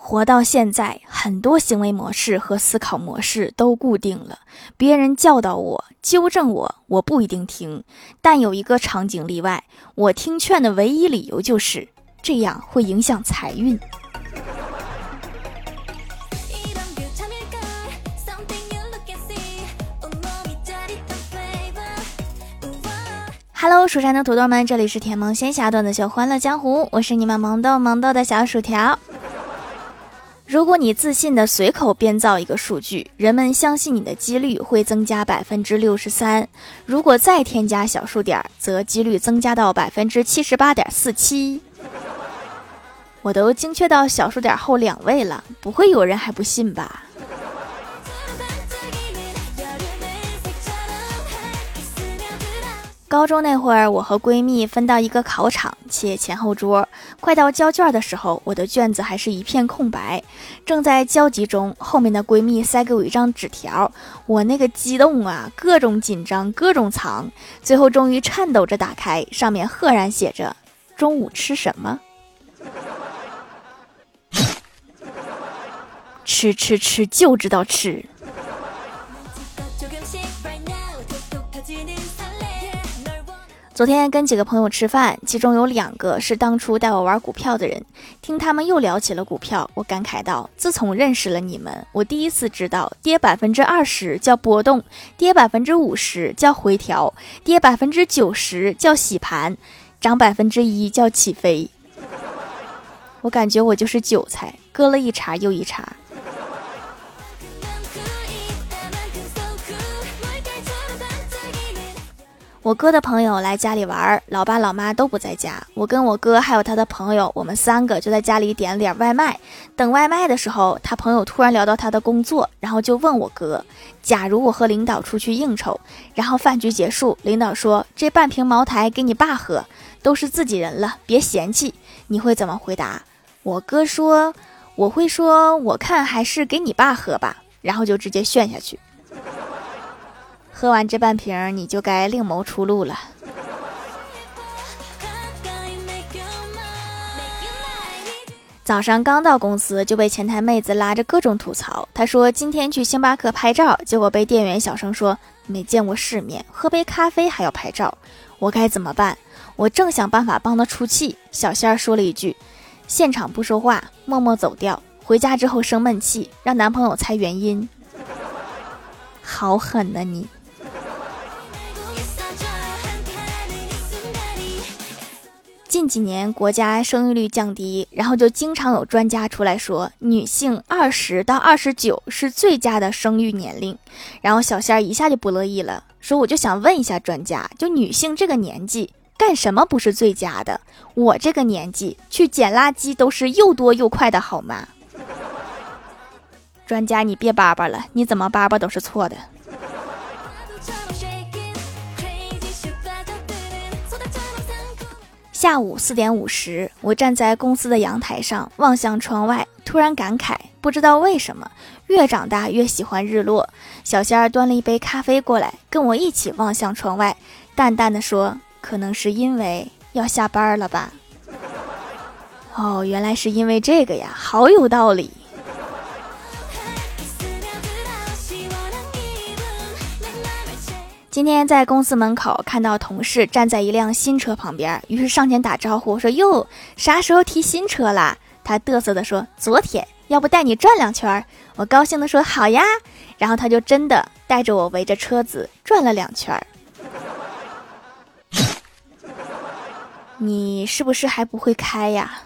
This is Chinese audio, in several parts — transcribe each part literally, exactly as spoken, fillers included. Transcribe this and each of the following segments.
活到现在，很多行为模式和思考模式都固定了。别人教导我、纠正我，我不一定听，但有一个场景例外，我听劝的唯一理由就是这样会影响财运。Hello， 蜀山的土豆们，这里是甜萌仙侠段子秀欢乐江湖，我是你们萌豆萌豆的小薯条。如果你自信的随口编造一个数据，人们相信你的几率会增加百分之六十三。如果再添加小数点，则几率增加到百分之七十八点四七。我都精确到小数点后两位了，不会有人还不信吧？高中那会儿，我和闺蜜分到一个考场，且前后桌。快到交卷的时候，我的卷子还是一片空白，正在焦急中，后面的闺蜜塞给我一张纸条，我那个激动啊，各种紧张，各种藏，最后终于颤抖着打开，上面赫然写着：中午吃什么？吃吃吃，就知道吃。昨天跟几个朋友吃饭，其中有两个是当初带我玩股票的人，听他们又聊起了股票，我感慨道，自从认识了你们，我第一次知道跌百分之二十叫波动，跌百分之五十叫回调，跌百分之九十叫洗盘，涨百分之一叫起飞。我感觉我就是韭菜，割了一茬又一茬。我哥的朋友来家里玩，老爸老妈都不在家，我跟我哥还有他的朋友，我们三个就在家里点了点外卖。等外卖的时候，他朋友突然聊到他的工作，然后就问我哥，假如我和领导出去应酬，然后饭局结束，领导说这半瓶茅台给你爸喝，都是自己人了，别嫌弃，你会怎么回答？我哥说，我会说，我看还是给你爸喝吧，然后就直接炫下去。喝完这半瓶，你就该另谋出路了。早上刚到公司就被前台妹子拉着各种吐槽，她说今天去星巴克拍照，结果被店员小声说没见过世面，喝杯咖啡还要拍照，我该怎么办？我正想办法帮她出气，小仙儿说了一句现场不说话，默默走掉，回家之后生闷气，让男朋友猜原因。好狠啊你！近几年国家生育率降低，然后就经常有专家出来说女性二十到二十九是最佳的生育年龄，然后小仙儿一下就不乐意了，说我就想问一下专家，就女性这个年纪干什么不是最佳的？我这个年纪去捡垃圾都是又多又快的好吗？专家你别叭叭了，你怎么叭叭都是错的。下午四点五十，我站在公司的阳台上望向窗外，突然感慨，不知道为什么越长大越喜欢日落。小仙儿端了一杯咖啡过来，跟我一起望向窗外，淡淡的说，可能是因为要下班了吧。哦，原来是因为这个呀，好有道理。今天在公司门口看到同事站在一辆新车旁边，于是上前打招呼说，哟，啥时候提新车啦？他嘚瑟的说，昨天，要不带你转两圈？我高兴的说，好呀。然后他就真的带着我围着车子转了两圈。你是不是还不会开呀？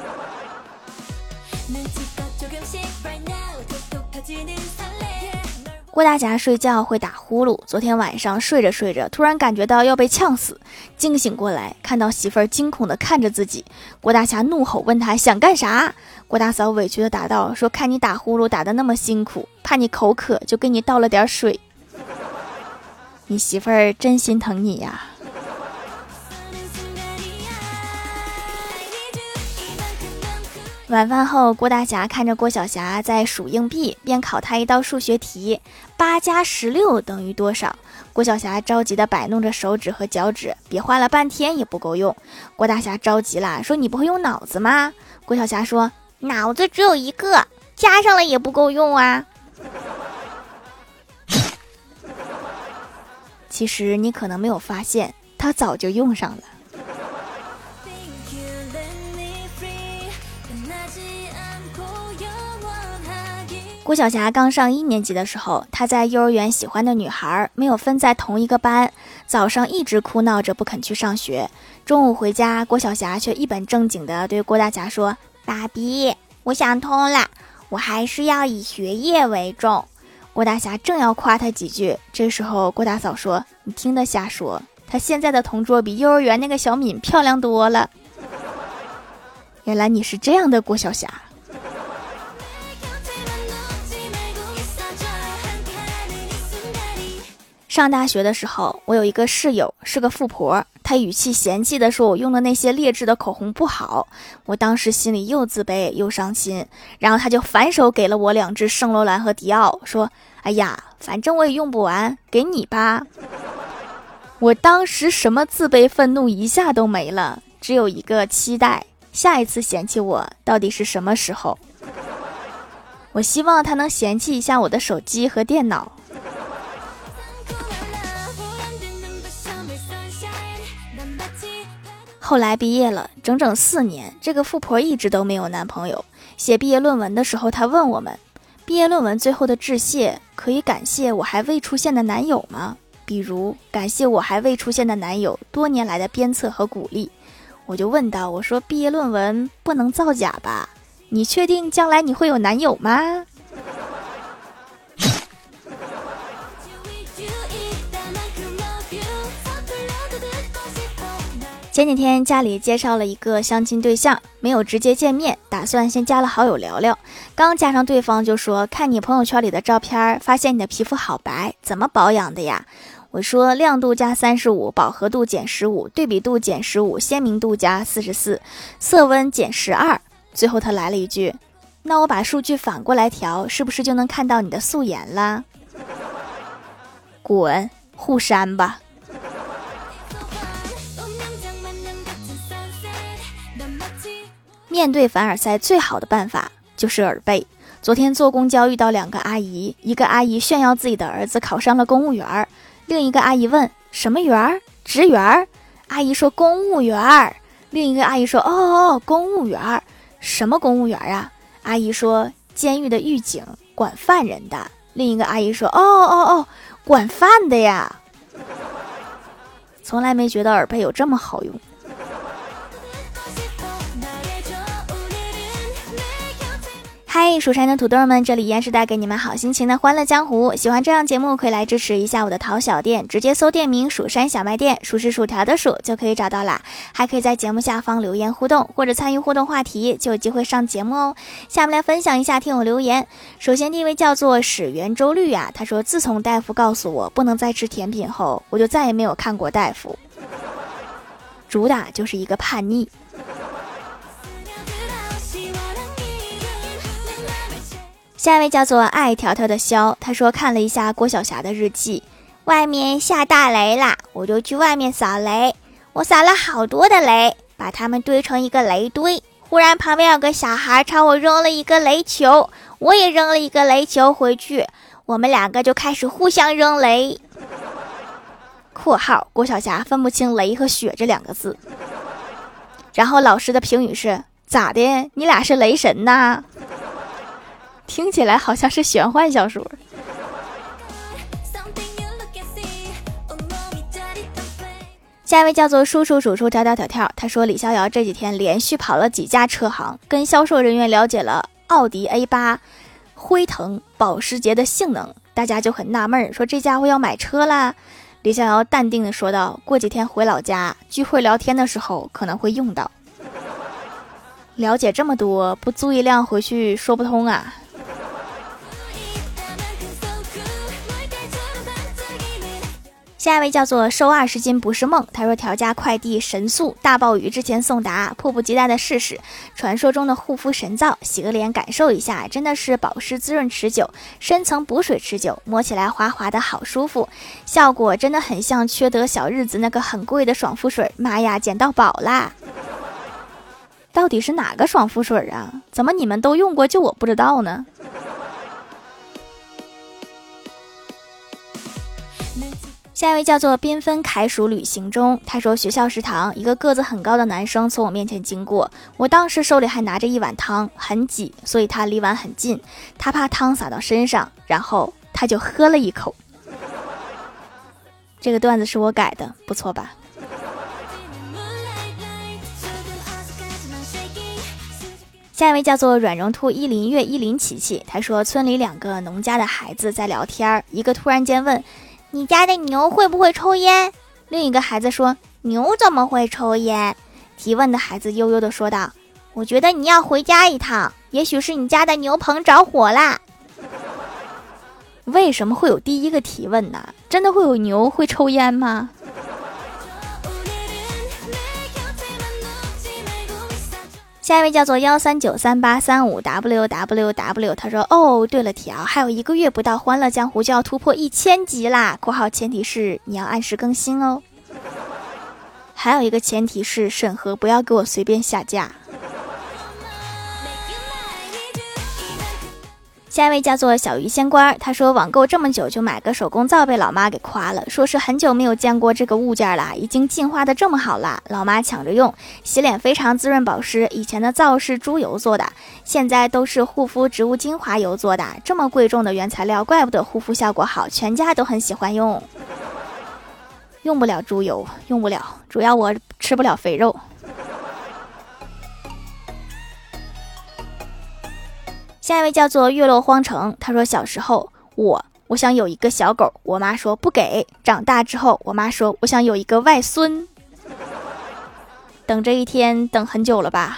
郭大侠睡觉会打呼噜，昨天晚上睡着睡着，突然感觉到要被呛死，惊醒过来，看到媳妇儿惊恐地看着自己。郭大侠怒吼问他想干啥？郭大嫂委屈地答道，说看你打呼噜打得那么辛苦，怕你口渴，就给你倒了点水。你媳妇儿真心疼你呀。晚饭后，郭大侠看着郭小霞在数硬币，便考他一道数学题：八加十六等于多少？郭小霞着急地摆弄着手指和脚趾，比划了半天也不够用。郭大侠着急了，说：“你不会用脑子吗？”郭小霞说：“ 脑子只有一个，加上了也不够用啊。其实你可能没有发现，他早就用上了。郭晓霞刚上一年级的时候，她在幼儿园喜欢的女孩没有分在同一个班，早上一直哭闹着不肯去上学。中午回家，郭晓霞却一本正经地对郭大侠说：爸比，我想通了，我还是要以学业为重。郭大侠正要夸他几句，这时候郭大嫂说：你听他瞎说，他现在的同桌比幼儿园那个小敏漂亮多了。原来你是这样的郭晓霞。上大学的时候，我有一个室友是个富婆，她语气嫌弃地说我用的那些劣质的口红不好，我当时心里又自卑又伤心，然后她就反手给了我两支圣罗兰和迪奥，说哎呀，反正我也用不完，给你吧。我当时什么自卑愤怒一下都没了，只有一个期待，下一次嫌弃我到底是什么时候。我希望她能嫌弃一下我的手机和电脑。后来毕业了，整整四年，这个富婆一直都没有男朋友。写毕业论文的时候，她问我们，毕业论文最后的致谢可以感谢我还未出现的男友吗？比如感谢我还未出现的男友多年来的鞭策和鼓励。我就问道，我说毕业论文不能造假吧？你确定将来你会有男友吗？前几天家里介绍了一个相亲对象，没有直接见面，打算先加了好友聊聊。刚加上对方就说，看你朋友圈里的照片，发现你的皮肤好白，怎么保养的呀？我说亮度加三十五，饱和度减十五，对比度减十五，鲜明度加四十四，色温减十二。最后他来了一句，那我把数据反过来调，是不是就能看到你的素颜啦？滚，互删吧。面对凡尔赛最好的办法就是耳背。昨天坐公交遇到两个阿姨，一个阿姨炫耀自己的儿子考上了公务员，另一个阿姨问什么员？职员？阿姨说公务员。另一个阿姨说哦哦，公务员。什么公务员啊？阿姨说监狱的狱警，管犯人的。另一个阿姨说哦哦哦，管饭的呀。从来没觉得耳背有这么好用。嗨，蜀山的土豆们，这里依然是带给你们好心情的欢乐江湖。喜欢这样节目可以来支持一下我的淘小店，直接搜店名蜀山小卖店，数是薯条的数就可以找到啦。还可以在节目下方留言互动，或者参与互动话题，就有机会上节目哦。下面来分享一下听友留言。首先第一位叫做史圆周绿啊，他说自从大夫告诉我不能再吃甜品后，我就再也没有看过大夫。主打就是一个叛逆。下一位叫做爱条条的肖，他说看了一下郭晓霞的日记，外面下大雷啦，我就去外面扫雷，我扫了好多的雷，把它们堆成一个雷堆。忽然旁边有个小孩朝我扔了一个雷球，我也扔了一个雷球回去，我们两个就开始互相扔雷。括号郭晓霞分不清雷和雪这两个字。然后老师的评语是，咋的？你俩是雷神呐？听起来好像是玄幻小说。下一位叫做叔叔叔叔跳跳跳跳，他说李逍遥这几天连续跑了几家车行，跟销售人员了解了奥迪 A 八、辉腾、保时捷的性能，大家就很纳闷，说这家伙要买车啦。李逍遥淡定地说道，过几天回老家聚会聊天的时候可能会用到。了解这么多，不租一辆回去说不通啊。下一位叫做收二十斤不是梦，他说调价快递神速，大暴雨之前送达，迫不及待的试试传说中的护肤神皂，洗个脸感受一下，真的是保湿滋润持久，深层补水持久，摸起来滑滑的好舒服，效果真的很像缺德小日子那个很贵的爽肤水，妈呀，捡到宝啦。 到底是哪个爽肤水啊？怎么你们都用过，就我不知道呢？下一位叫做缤纷凯属旅行中，他说学校食堂一个个子很高的男生从我面前经过，我当时手里还拿着一碗汤，很挤，所以他离碗很近，他怕汤洒到身上，然后他就喝了一口。这个段子是我改的，不错吧？下一位叫做软绒兔一林月一林琪琪，他说村里两个农家的孩子在聊天，一个突然间问，你家的牛会不会抽烟？另一个孩子说，牛怎么会抽烟？提问的孩子悠悠地说道，我觉得你要回家一趟，也许是你家的牛棚着火啦。为什么会有第一个提问呢？真的会有牛会抽烟吗？下一位叫做幺三九三八三五 w w w， 他说哦，对了条，还有一个月不到欢乐江湖就要突破一千集啦，括号前提是你要按时更新哦，还有一个前提是审核不要给我随便下架。下一位叫做小鱼仙官，他说网购这么久就买个手工皂被老妈给夸了，说是很久没有见过这个物件啦，已经进化的这么好啦，老妈抢着用，洗脸非常滋润保湿，以前的皂是猪油做的，现在都是护肤植物精华油做的，这么贵重的原材料，怪不得护肤效果好，全家都很喜欢用。用不了猪油，用不了，主要我吃不了肥肉。下一位叫做月落荒城，他说小时候我我想有一个小狗，我妈说不给，长大之后我妈说我想有一个外孙，等这一天等很久了吧。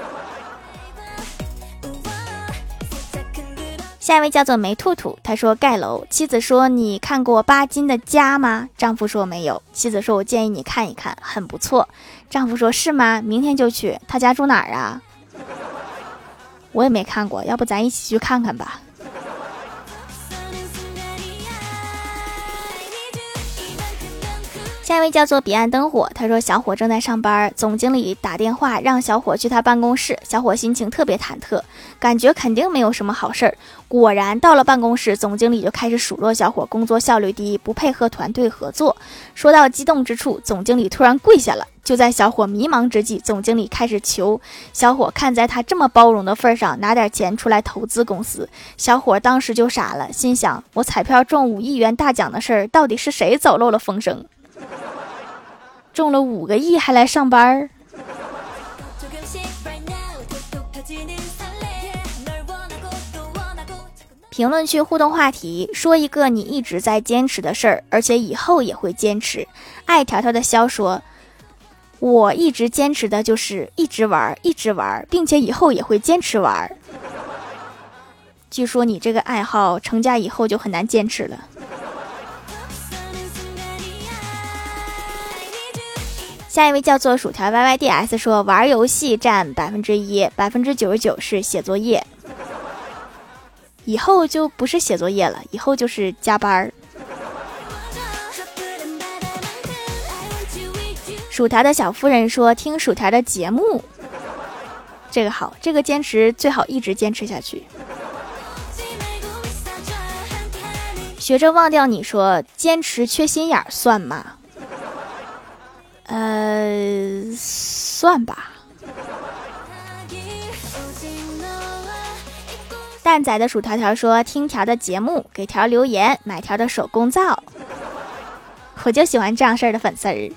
下一位叫做梅兔兔，他说盖楼，妻子说你看过巴金的家吗？丈夫说没有，妻子说我建议你看一看，很不错。丈夫说是吗？明天就去。他家住哪儿啊？我也没看过，要不咱一起去看看吧。下一位叫做彼岸灯火，他说小伙正在上班，总经理打电话让小伙去他办公室，小伙心情特别忐忑，感觉肯定没有什么好事儿。果然到了办公室，总经理就开始数落小伙工作效率低，不配合团队合作。说到激动之处，总经理突然跪下了。就在小伙迷茫之际，总经理开始求小伙看在他这么包容的份上，拿点钱出来投资公司。小伙当时就傻了，心想我彩票中五亿元大奖的事儿，到底是谁走漏了风声？中了五个亿还来上班？评论区互动话题，说一个你一直在坚持的事儿，而且以后也会坚持。爱条条的肖说，我一直坚持的就是一直玩一直玩，并且以后也会坚持玩。据说你这个爱好成家以后就很难坚持了。下一位叫做薯条 Y Y D S 说，玩游戏占百分之一，百分之九十九是写作业。以后就不是写作业了，以后就是加班。薯条的小夫人说，听薯条的节目，这个好，这个坚持最好一直坚持下去。学着忘掉你说，坚持缺心眼算吗？呃，算吧。蛋仔的薯条条说，听条的节目，给条留言，买条的手工皂。我就喜欢这样事儿的粉丝儿。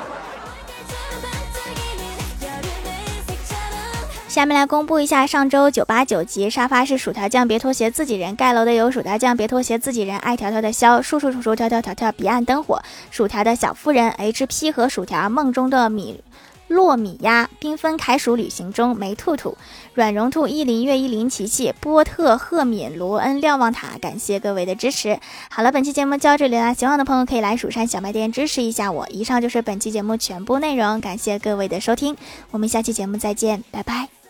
下面来公布一下上周九八九集，沙发是薯条酱别拖鞋自己人，盖楼的有薯条酱别拖鞋自己人，爱条条的肖，树树树树条条条条彼岸灯火，薯条的小夫人 H P 和薯条梦中的米洛米鸭，缤纷凯属旅行中，梅兔兔，软绒兔一林月一林琪琪，波特赫敏罗恩瞭望塔，感谢各位的支持。好了，本期节目就到这里啦，喜欢的朋友可以来蜀山小卖店支持一下我。以上就是本期节目全部内容，感谢各位的收听，我们下期节目再见，拜拜。